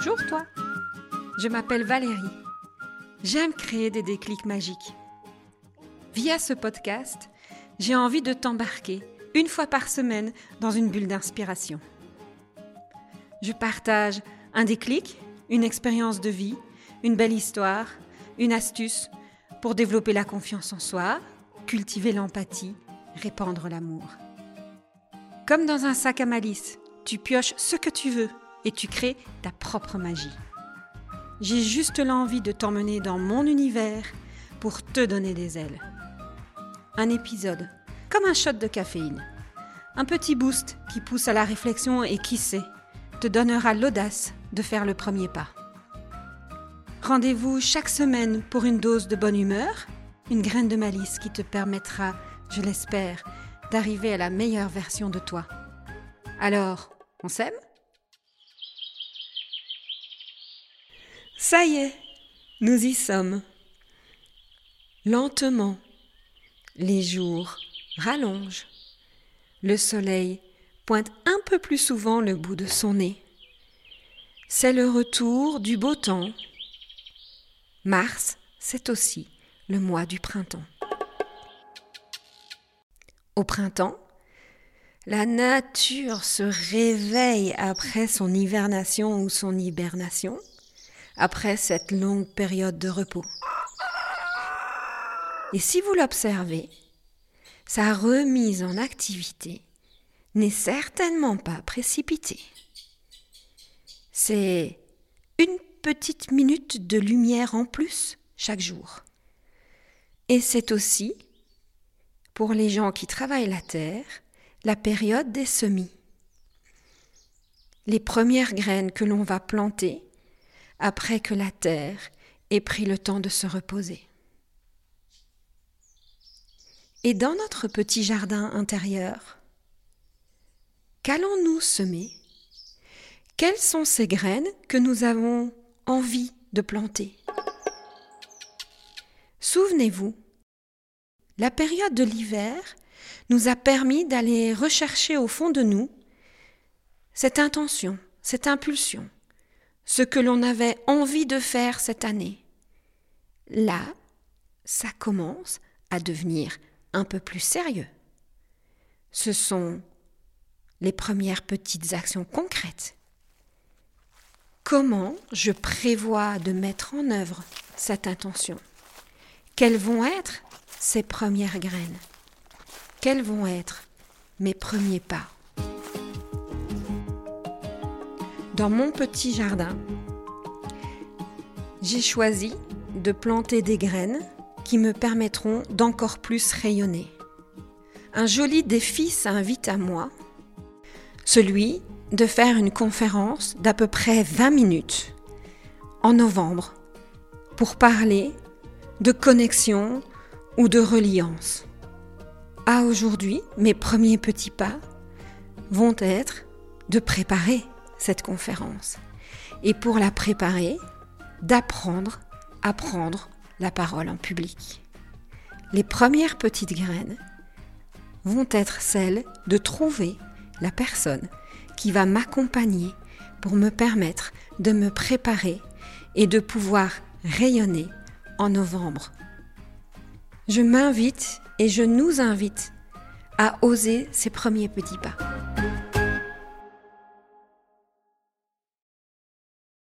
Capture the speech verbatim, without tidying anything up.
Bonjour toi, je m'appelle Valérie. J'aime créer des déclics magiques. Via ce podcast, j'ai envie de t'embarquer une fois par semaine dans une bulle d'inspiration. Je partage un déclic, une expérience de vie, une belle histoire, une astuce pour développer la confiance en soi, cultiver l'empathie, répandre l'amour. Comme dans un sac à malice, tu pioches ce que tu veux et tu crées ta propre magie. J'ai juste l'envie de t'emmener dans mon univers pour te donner des ailes. Un épisode, comme un shot de caféine. Un petit boost qui pousse à la réflexion et qui sait, te donnera l'audace de faire le premier pas. Rendez-vous chaque semaine pour une dose de bonne humeur, une graine de malice qui te permettra, je l'espère, d'arriver à la meilleure version de toi. Alors, on s'aime ? Ça y est, nous y sommes. Lentement, les jours rallongent. Le soleil pointe un peu plus souvent le bout de son nez. C'est le retour du beau temps. Mars, c'est aussi le mois du printemps. Au printemps, la nature se réveille après son hivernation ou son hibernation, après cette longue période de repos. Et si vous l'observez, sa remise en activité n'est certainement pas précipitée. C'est une petite minute de lumière en plus chaque jour. Et c'est aussi, pour les gens qui travaillent la terre, la période des semis. Les premières graines que l'on va planter après que la terre ait pris le temps de se reposer. Et dans notre petit jardin intérieur, qu'allons-nous semer ? Quelles sont ces graines que nous avons envie de planter ? Souvenez-vous, la période de l'hiver nous a permis d'aller rechercher au fond de nous cette intention, cette impulsion, ce que l'on avait envie de faire cette année. Là, ça commence à devenir un peu plus sérieux. Ce sont les premières petites actions concrètes. Comment je prévois de mettre en œuvre cette intention ? Quelles vont être ces premières graines ? Quels vont être mes premiers pas ? Dans mon petit jardin, j'ai choisi de planter des graines qui me permettront d'encore plus rayonner. Un joli défi s'invite à moi, celui de faire une conférence d'à peu près vingt minutes en novembre pour parler de connexion ou de reliance. À aujourd'hui, mes premiers petits pas vont être de préparer cette conférence et pour la préparer, d'apprendre à prendre la parole en public. Les premières petites graines vont être celles de trouver la personne qui va m'accompagner pour me permettre de me préparer et de pouvoir rayonner en novembre. Je m'invite et je nous invite à oser ces premiers petits pas.